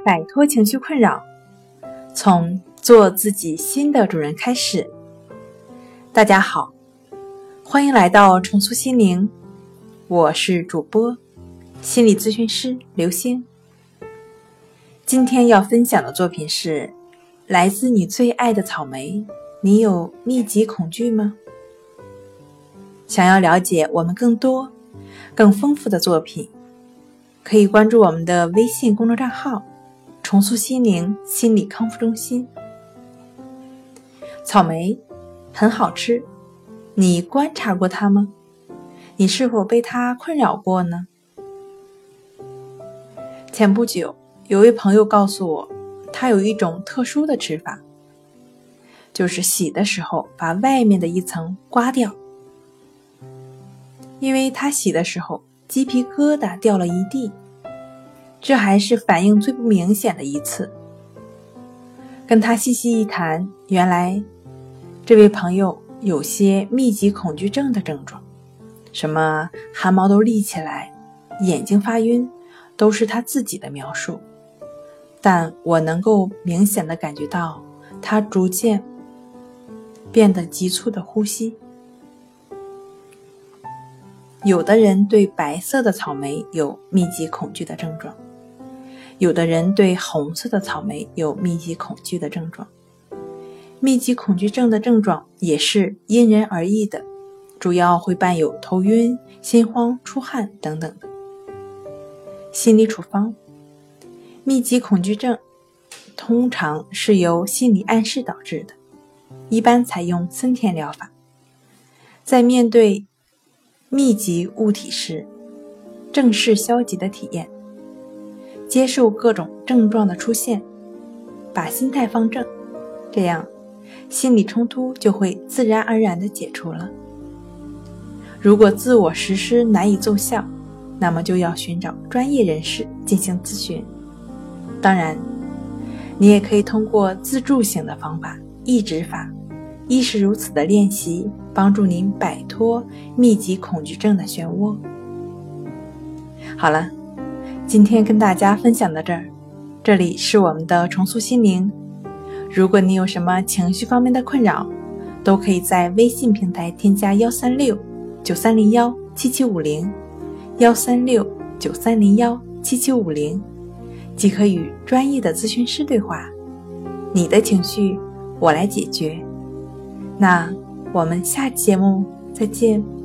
摆脱情绪困扰，从做自己新的主人开始。大家好，欢迎来到重塑心灵，我是主播心理咨询师刘星。今天要分享的作品是来自你最爱的草莓，你有密集恐惧吗？想要了解我们更多更丰富的作品，可以关注我们的微信公众账号重塑心灵心理康复中心。草莓很好吃，你观察过它吗？你是否被它困扰过呢？前不久有位朋友告诉我，他有一种特殊的吃法，就是洗的时候把外面的一层刮掉。因为他洗的时候鸡皮疙瘩掉了一地，这还是反应最不明显的一次。跟他细细一谈，原来这位朋友有些密集恐惧症的症状，什么汗毛都立起来，眼睛发晕，都是他自己的描述。但我能够明显地感觉到他逐渐变得急促的呼吸。有的人对白色的草莓有密集恐惧的症状，有的人对红色的草莓有密集恐惧的症状。密集恐惧症的症状也是因人而异的，主要会伴有头晕、心慌、出汗等等的。心理处方，密集恐惧症通常是由心理暗示导致的，一般采用森田疗法。在面对密集物体时，正视消极的体验，接受各种症状的出现，把心态放正，这样心理冲突就会自然而然地解除了。如果自我实施难以奏效，那么就要寻找专业人士进行咨询。当然，你也可以通过自助型的方法，抑制法，亦是如此的练习，帮助您摆脱密集恐惧症的漩涡。好了，今天跟大家分享到这儿，这里是我们的重塑心灵。如果你有什么情绪方面的困扰，都可以在微信平台添加136-9301-7750 136-9301-7750，即可与专业的咨询师对话，你的情绪我来解决。那我们下期节目再见。